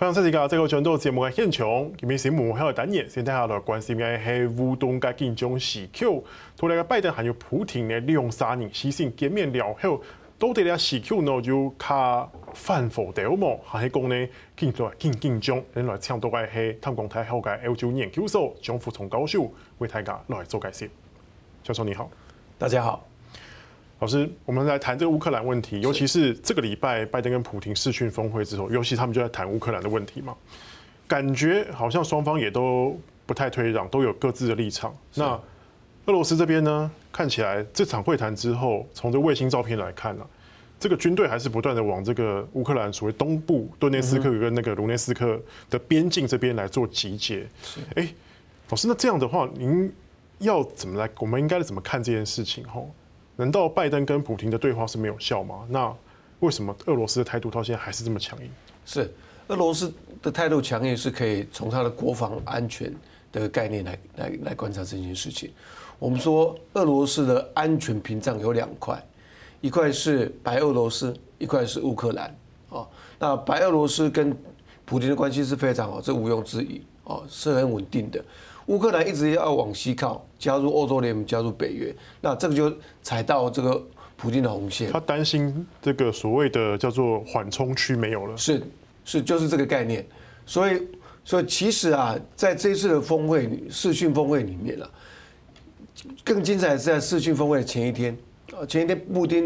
歡迎收睇這個轉到節目嘅現場，今日是幕後嘅單元，先睇下來關心嘅係烏東嘅緊張時刻，同嚟個拜登還有普京嘅2、3人視線見面了後，到底咧時刻呢就較反覆掉麼？還是講呢緊張？嚟來搶到嘅係淡江大學嘅歐洲研究所張福聰教授為大家來做解釋。教授你好， 大家好。 老師，我們來談這個烏克蘭問題，尤其是這個禮拜拜登跟普京視訊峰會之後，尤其他們就在談烏克蘭的問題嘛，感覺好像雙方也都不太退讓，都有各自的立場。那俄羅斯這邊呢，看起來這場會談之後，從這衛星照片來看啊，這個軍隊還是不斷的往這個烏克蘭所謂東部頓涅斯克跟那個盧涅斯克的邊境這邊來做集結。老師，那這樣的話，您要怎麼來？我們應該怎麼看這件事情？吼？難道拜登跟普京的對話是沒有效嗎？那為什麼俄羅斯的態度到現在還是這麼強硬？ 是俄羅斯的態度強硬，是可以從它的國防安全的概念來觀察這件事情。我們說俄羅斯的安全屏障有兩塊，一塊是白俄羅斯，一塊是烏克蘭。哦，那白俄羅斯跟普京的關係是非常好，這毋庸置疑，哦，是很穩定的。烏克蘭一直要往西靠，加入歐洲聯盟，加入北約，那這個就踩到這個普京的紅線。 他擔心這個所謂的叫做緩衝區沒有了。是， 就是這個概念。所以其實啊，在這次的峰會視訊峰會裡面啊，更精彩是在視訊峰會的前一天。前一天普丁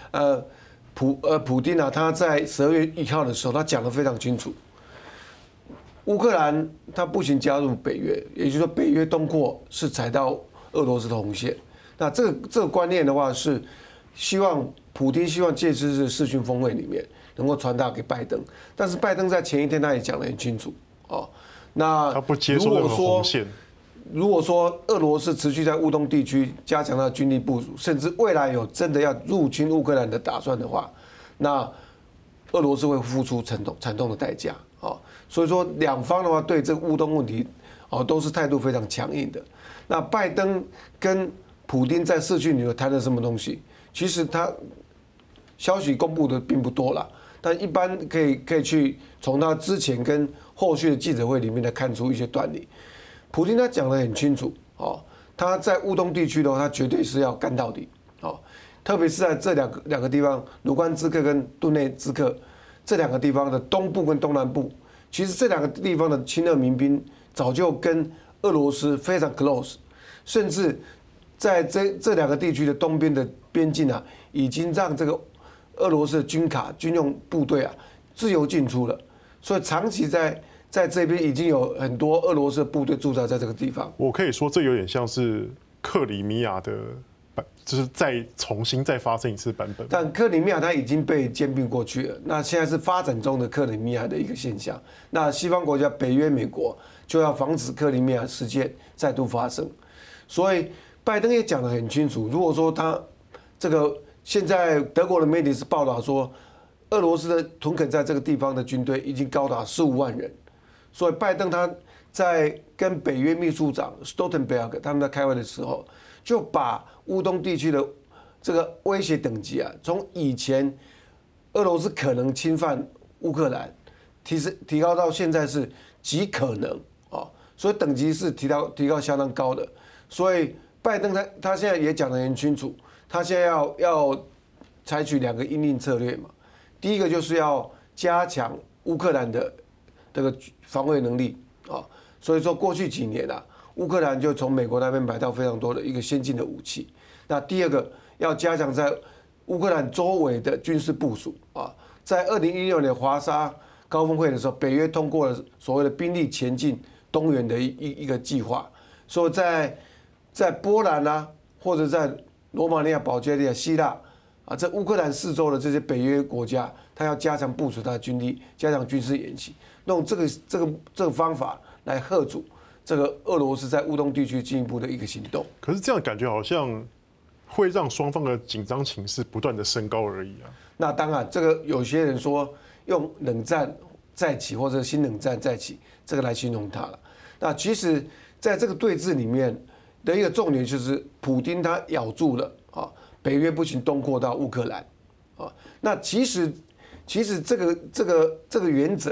他在12月1號的時候，他講得非常清楚。烏克蘭他不行加入北約，也就是說北約東擴是踩到俄羅斯的紅線。那這個觀念的話是希望普丁希望借此視訊峰會裡面能夠傳達給拜登，但是拜登在前一天他也講得很清楚哦。那他不接受任何紅線。 如果說俄羅斯持續在烏東地區加強他的軍力部署，甚至未來有真的要入侵烏克蘭的打算的話，那俄羅斯會付出慘痛的代價。所以說兩方的話對這個烏東問題都是態度非常強硬的。那拜登跟普丁在視訊裡頭談了什麼東西？其實他消息公布的並不多啦，但一般可以去從他之前跟後續的記者會裡面來看出一些端倪。普丁他講得很清楚，他在烏東地區的話，他絕對是要幹到底，特別是在這兩個地方，盧甘斯克跟頓內茲克這兩個地方的東部跟東南部，其實這兩個地方的親俄民兵早就跟俄羅斯非常 close， 甚至在這兩個地區的東邊的邊境啊，已經讓這個俄羅斯的軍卡、軍用部隊啊自由進出了，所以長期在這邊已經有很多俄羅斯的部隊駐紮在這個地方。 我可以說，這有點像是克里米亞的，就是再重新再發生一次版本。 但克里米亞它已經被兼併過去了，那現在是發展中的克里米亞的一個現象。那西方國家北約、美國就要防止克里米亞事件再度發生。所以拜登也講得很清楚，如果說他這個現在德國的媒體是報道說，俄羅斯的屯墾在這個地方的軍隊已經高達15萬人。所以拜登他在跟北約秘書長 Stoltenberg 他們在開會的時候，就把烏東地區的這個威脅等級啊，從以前俄羅斯可能侵犯烏克蘭，提高到現在是極可能啊，所以等級是提高相當高的。所以拜登他現在也講得很清楚，他現在要採取2個因應策略嘛，第一個就是要加強烏克蘭的這個防衛能力啊，所以說過去幾年啊，烏克蘭就從美國那邊買到非常多的一個先進的武器。那第二個要加強在烏克蘭周圍的軍事部署啊，在2016年華沙高峰會的時候，北約通過了所謂的兵力前進東援的一個計劃，所以在波蘭啊，或者在羅馬尼亞、保加利亞、希臘啊，這烏克蘭四周的這些北約國家，他要加強部署他的軍力，加強軍事演習，用這個方法來嚇阻這個俄羅斯在烏東地區進一步的一個行動。 可是這樣感覺好像會讓雙方的緊張情勢不斷的升高而已啊。 那當然，這個有些人說用冷戰再起或者新冷戰再起，這個來形容它了。那其實在這個對峙裡面的一個重點就是普丁他咬住了啊，北約不行東擴到烏克蘭啊。那其實這個原則啊，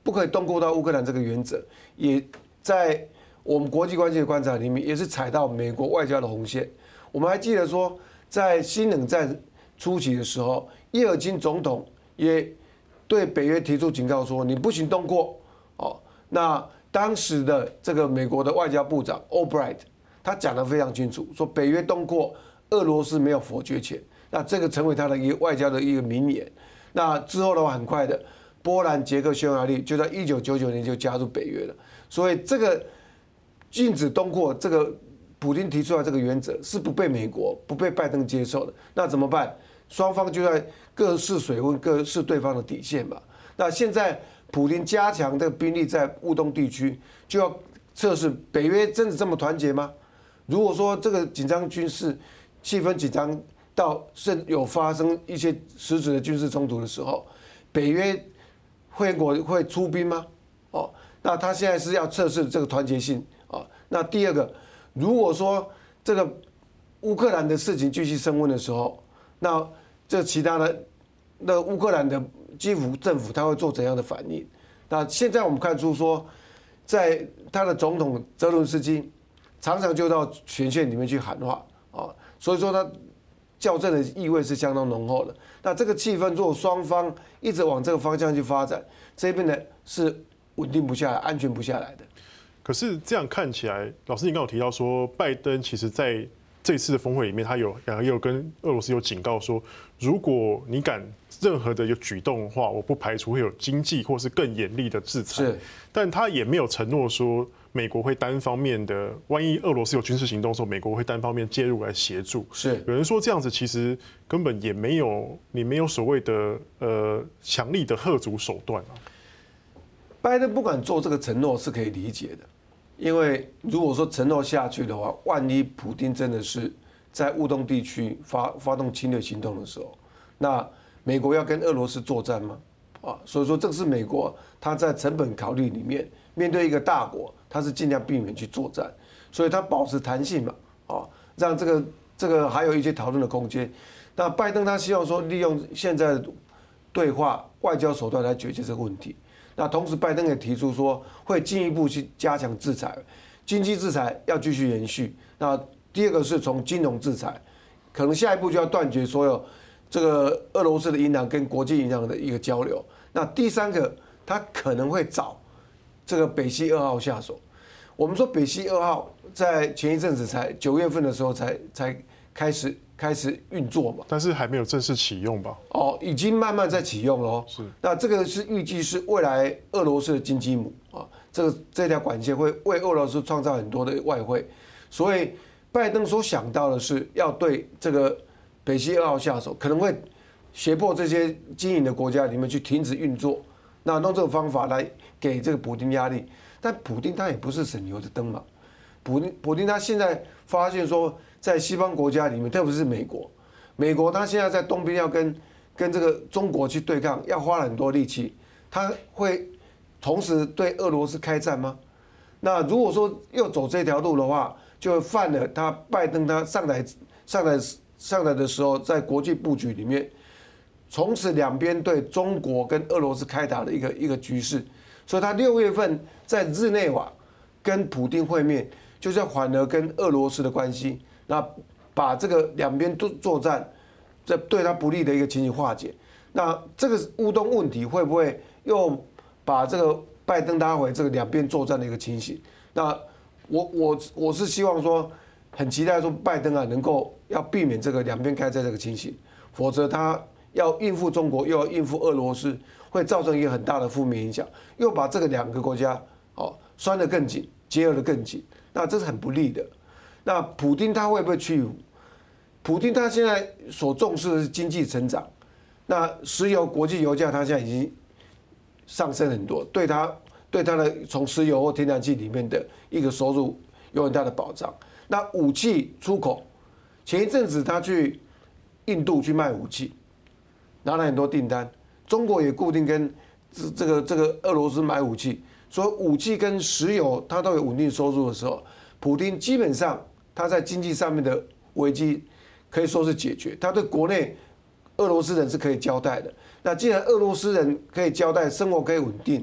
不可以动过到乌克兰这个原则，也在我们国际关系的观察里面，也是踩到美国外交的红线。我们还记得说，在新冷战初期的时候，叶尔钦总统也对北约提出警告说，你不行动过哦。那当时的这个美国的外交部长 Albright， 他讲得非常清楚，说北约动过，俄罗斯没有否决权。那这个成为他的一个外交的一个名言。那之后的话，很快的，波兰、捷克、匈牙利就在1999年就加入北约了。所以这个禁止东扩，这个普丁提出来这个原则是不被美国、不被拜登接受的。那怎么办？双方就在各试水温，各试对方的底线嘛。那现在普丁加强这个兵力在乌东地区，就要测试北约真的这么团结吗？如果说这个紧张军事气氛紧张到甚有发生一些实质的军事冲突的时候，北约会出兵吗？哦，那他现在是要测试这个团结性啊。那第二个，如果说这个乌克兰的事情继续升温的时候，那这其他的那乌克兰的基辅政府他会做怎样的反应？那现在我们看出说，在他的总统泽伦斯基常常就到前线里面去喊话啊，所以说他校正的意味是相当浓厚的。那这个气氛，如果双方一直往这个方向去发展，这边呢是稳定不下来、安全不下来的。 可是这样看起来，老师你刚刚有提到说，拜登其实在这次的峰会里面，他也有跟俄罗斯有警告说，如果你敢任何的有举动的话，我不排除会有经济或是更严厉的制裁。但他也没有承诺说美国会单方面的，万一俄罗斯有军事行动的时候，美国会单方面介入来协助。有人说这样子其实根本也没有，你没有所谓的强力的嚇阻手段啊。 拜登不敢做这个承诺是可以理解的，因为如果说承诺下去的话，万一普丁真的是在乌东地区发动侵略行动的时候，那美国要跟俄罗斯作战吗？啊，所以说这是美国他在成本考虑里面，面对一个大国，他是尽量避免去作战，所以他保持弹性嘛，啊，让这个还有一些讨论的空间。那拜登他希望说利用现在的对话外交手段来解决这个问题。那同时，拜登也提出说会进一步去加强制裁，经济制裁要继续延续。那第二个是从金融制裁，可能下一步就要断绝所有这个俄罗斯的银行跟国际银行的一个交流。那第三个，他可能会找这个北溪2号下手。我们说北溪2号在前一阵子才9月份的时候才开始运作嘛， 但是还没有正式启用吧？ 哦，已经慢慢在启用了。是，那这个是预计是未来俄罗斯的金鸡母啊，这条管线会为俄罗斯创造很多的外汇，所以拜登所想到的是要对这个北溪2号下手，可能会胁迫这些经营的国家里面去停止运作，那用这种方法来给这个普丁压力。但普丁他也不是省油的灯嘛，普丁他现在发现说，在西方国家里面，特别是美国他现在在东边要跟这个中国去对抗，要花很多力气，他会同时对俄罗斯开战吗？那如果说又走这条路的话，就犯了他拜登他上来的时候，在国际布局里面，从此两边对中国跟俄罗斯开打的一个局势。所以他6月份在日内瓦跟普丁会面，就是要缓和跟俄罗斯的关系，那把这个两边作战这对他不利的一个情形化解。那这个乌东问题会不会又把这个拜登拉回这个两边作战的一个情形？那我是希望说，很期待说拜登啊能够要避免这个两边开战这个情形，否则他要应付中国又要应付俄罗斯，会造成一个很大的负面影响，又把这个两个国家拴得更紧，结合得更紧，那这是很不利的。那普丁他会不会屈服？普丁他现在所重视的是经济成长，那石油国际油价它现在已经上升很多，对他的从石油或天然气里面的一个收入有很大的保障。那武器出口，前一阵子他去印度去卖武器，拿了很多订单。中国也固定跟这个俄罗斯买武器，所以武器跟石油它都有稳定收入的时候，普丁基本上他在经济上面的危机可以说是解决，他对国内俄罗斯人是可以交代的。那既然俄罗斯人可以交代，生活可以稳定，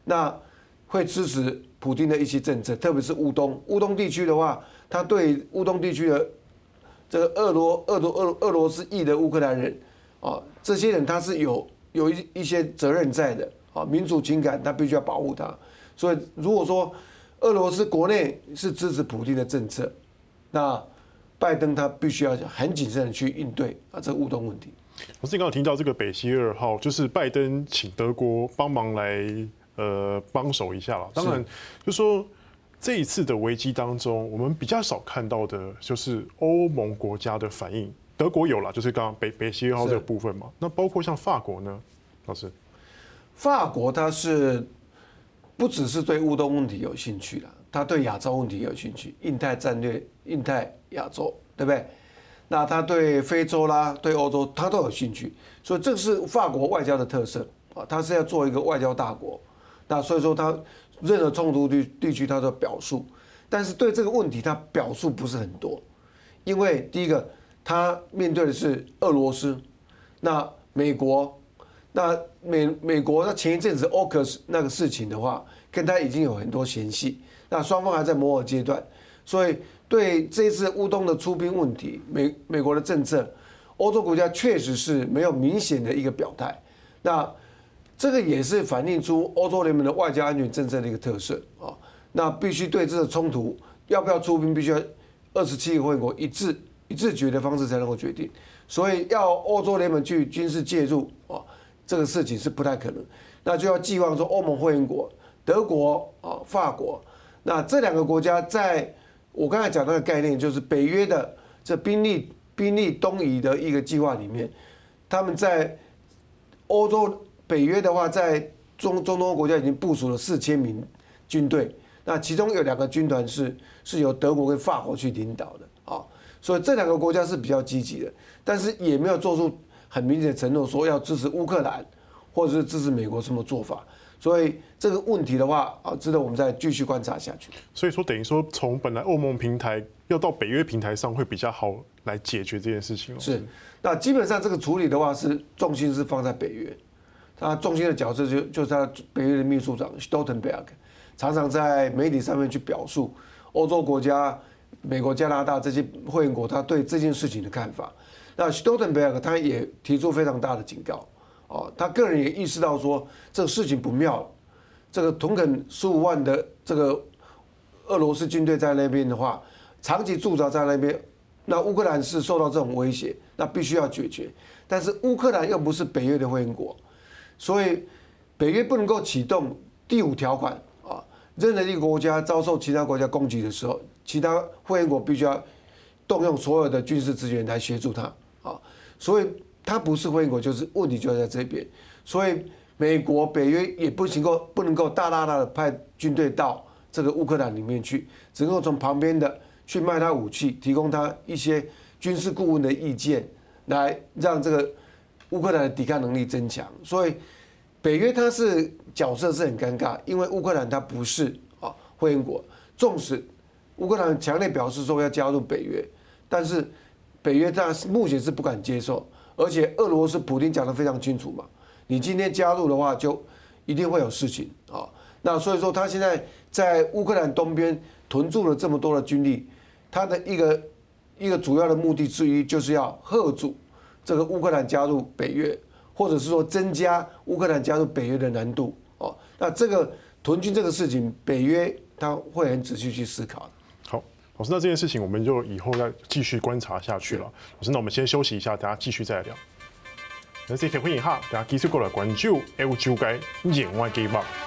那会支持普丁的一些政策，特别是乌东地区的话，他对乌东地区的这个俄罗斯裔的乌克兰人啊，这些人他是有一些责任在的啊，民族情感他必须要保护他。所以如果说俄罗斯国内是支持普丁的政策，那拜登他必须要很谨慎的去应对啊这个乌东问题。 我刚刚有听到这个北溪2号，就是拜登请德国帮忙来帮手一下了。当然，就说这一次的危机当中，我们比较少看到的就是欧盟国家的反应。德国有啦，就是刚刚北溪2号这个部分嘛。那包括像法国呢，老师？ 法国它是不只是对乌东问题有兴趣了，它对亚洲问题有兴趣，印太战略、印太亚洲，对不对？那他对非洲啦、对欧洲，他都有兴趣，所以这是法国外交的特色啊，他是要做一个外交大国。那所以说，他任何冲突地区他都表述，但是对这个问题他表述不是很多，因为第一个他面对的是俄罗斯，那美国，那美国那前一阵子 AUKUS 那个事情的话，跟他已经有很多嫌隙，那双方还在磨合阶段，所以。对这次乌东的出兵问题，美国的政策，欧洲国家确实是没有明显的一个表态。那这个也是反映出欧洲联盟的外交安全政策的一个特色啊。那必须对这个冲突要不要出兵，必须要27个会员国一致决的方式才能够决定。所以要欧洲联盟去军事介入啊，这个事情是不太可能。那就要寄望说欧盟会员国，德国啊、法国，那这两个国家在。我刚才讲那个概念，就是北约的这兵力东移的一个计划里面，他们在欧洲北约的话，在中东欧国家已经部署了4000名军队，那其中有2个军团是由德国跟法国去领导的啊，所以这2个国家是比较积极的，但是也没有做出很明显的承诺，说要支持乌克兰或者是支持美国什么做法。所以这个问题的话啊，值得我们再继续观察下去。 所以说，等于说从本来欧盟平台要到北约平台上会比较好来解决这件事情。 是，那基本上这个处理的话是重心是放在北约，他重心的角色就是他北约的秘书长 Stoltenberg， 常常在媒体上面去表述欧洲国家、美国、加拿大这些会员国他对这件事情的看法。那 Stoltenberg 他也提出非常大的警告。哦，他个人也意识到说这个事情不妙了，这个屯垦15万的这个俄罗斯军队在那边的话，长期驻扎在那边，那乌克兰是受到这种威胁，那必须要解决。但是乌克兰又不是北约的会员国，所以北约不能够启动第5条款啊，任何一个国家遭受其他国家攻击的时候，其他会员国必须要动用所有的军事资源来协助他啊，所以。它不是会员国，就是问题就在这边，所以美国北约也不能够大的派军队到这个乌克兰里面去，只能够从旁边的去卖他武器，提供他一些军事顾问的意见，来让这个乌克兰的抵抗能力增强。所以北约它是角色是很尴尬，因为乌克兰它不是啊会员国，纵使乌克兰强烈表示说要加入北约，但是北约它目前是不敢接受。而且俄罗斯普丁讲得非常清楚嘛，你今天加入的话，就一定会有事情啊。那所以说，他现在在乌克兰东边屯驻了这么多的军力，他的一个主要的目的之一，就是要嚇阻这个乌克兰加入北约，或者是说增加乌克兰加入北约的难度哦。那这个屯军这个事情，北约他会很仔细去思考。 老师，那这件事情我们就以后要继续观察下去了。老师，那我们先休息一下，等下继续再聊。那这期欢迎哈，大家继续过来关注欧洲界另外几幕。